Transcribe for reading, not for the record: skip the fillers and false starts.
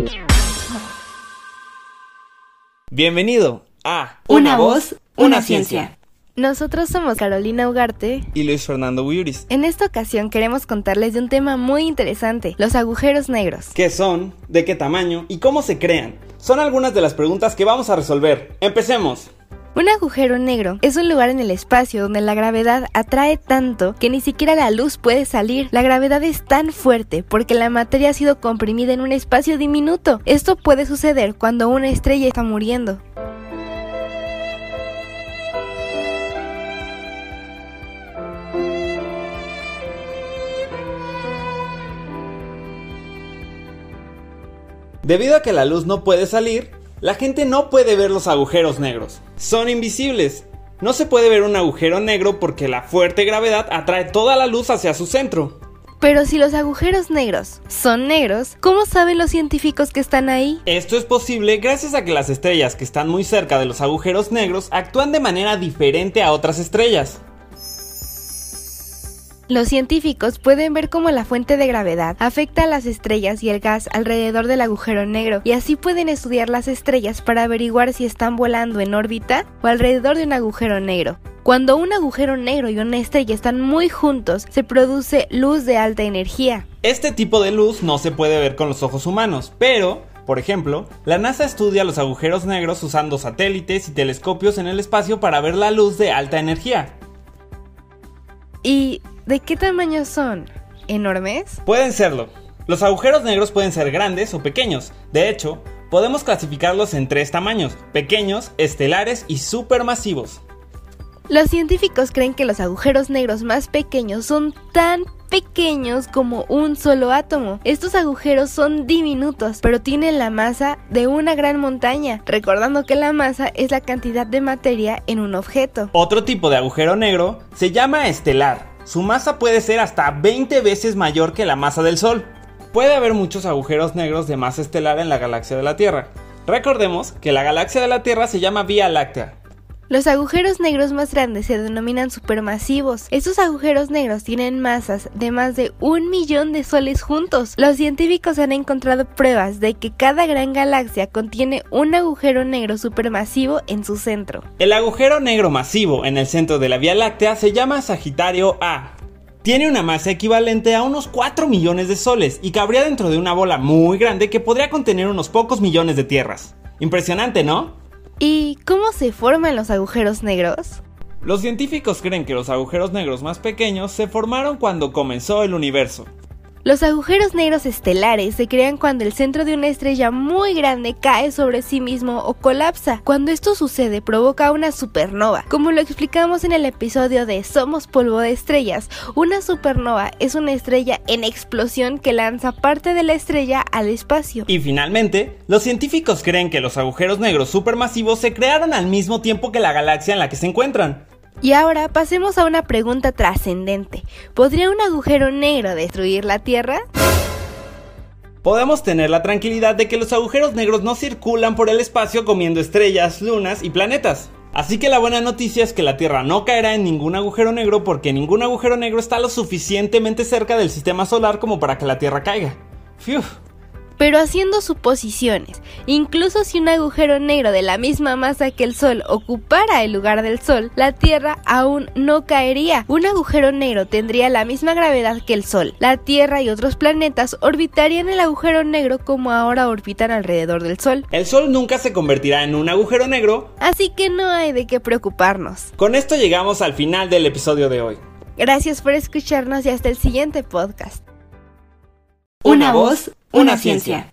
Bienvenido a Una voz, una ciencia. Nosotros somos Carolina Ugarte y Luis Fernando Buyuris. En esta ocasión queremos contarles de un tema muy interesante, los agujeros negros. ¿Qué son? ¿De qué tamaño? ¿Y cómo se crean? Son algunas de las preguntas que vamos a resolver. ¡Empecemos! Un agujero negro es un lugar en el espacio donde la gravedad atrae tanto que ni siquiera la luz puede salir. La gravedad es tan fuerte porque la materia ha sido comprimida en un espacio diminuto. Esto puede suceder cuando una estrella está muriendo. Debido a que la luz no puede salir, la gente no puede ver los agujeros negros. Son invisibles. No se puede ver un agujero negro porque la fuerte gravedad atrae toda la luz hacia su centro. Pero si los agujeros negros son negros, ¿cómo saben los científicos que están ahí? Esto es posible gracias a que las estrellas que están muy cerca de los agujeros negros actúan de manera diferente a otras estrellas. Los científicos pueden ver cómo la fuente de gravedad afecta a las estrellas y el gas alrededor del agujero negro, y así pueden estudiar las estrellas para averiguar si están volando en órbita o alrededor de un agujero negro. Cuando un agujero negro y una estrella están muy juntos, se produce luz de alta energía. Este tipo de luz no se puede ver con los ojos humanos, pero, por ejemplo, la NASA estudia los agujeros negros usando satélites y telescopios en el espacio para ver la luz de alta energía. ¿Y de qué tamaño son? ¿Enormes? Pueden serlo. Los agujeros negros pueden ser grandes o pequeños. De hecho, podemos clasificarlos en 3 tamaños: pequeños, estelares y supermasivos. Los científicos creen que los agujeros negros más pequeños son tan pequeños como un solo átomo. Estos agujeros son diminutos, pero tienen la masa de una gran montaña, recordando que la masa es la cantidad de materia en un objeto. Otro tipo de agujero negro se llama estelar. Su masa puede ser hasta 20 veces mayor que la masa del Sol. Puede haber muchos agujeros negros de masa estelar en la galaxia de la Tierra. Recordemos que la galaxia de la Tierra se llama Vía Láctea. Los agujeros negros más grandes se denominan supermasivos. Estos agujeros negros tienen masas de más de 1 millón de soles juntos. Los científicos han encontrado pruebas de que cada gran galaxia contiene un agujero negro supermasivo en su centro. El agujero negro masivo en el centro de la Vía Láctea se llama Sagitario A. Tiene una masa equivalente a unos 4 millones de soles y cabría dentro de una bola muy grande que podría contener unos pocos millones de tierras. Impresionante, ¿no? ¿Y cómo se forman los agujeros negros? Los científicos creen que los agujeros negros más pequeños se formaron cuando comenzó el universo. Los agujeros negros estelares se crean cuando el centro de una estrella muy grande cae sobre sí mismo o colapsa. Cuando esto sucede, provoca una supernova. Como lo explicamos en el episodio de Somos polvo de estrellas, una supernova es una estrella en explosión que lanza parte de la estrella al espacio. Y finalmente, los científicos creen que los agujeros negros supermasivos se crearon al mismo tiempo que la galaxia en la que se encuentran. Y ahora pasemos a una pregunta trascendente. ¿Podría un agujero negro destruir la Tierra? Podemos tener la tranquilidad de que los agujeros negros no circulan por el espacio comiendo estrellas, lunas y planetas. Así que la buena noticia es que la Tierra no caerá en ningún agujero negro porque ningún agujero negro está lo suficientemente cerca del sistema solar como para que la Tierra caiga. ¡Fiu! Pero haciendo suposiciones, incluso si un agujero negro de la misma masa que el Sol ocupara el lugar del Sol, la Tierra aún no caería. Un agujero negro tendría la misma gravedad que el Sol. La Tierra y otros planetas orbitarían el agujero negro como ahora orbitan alrededor del Sol. El Sol nunca se convertirá en un agujero negro, así que no hay de qué preocuparnos. Con esto llegamos al final del episodio de hoy. Gracias por escucharnos y hasta el siguiente podcast. Una voz, una ciencia.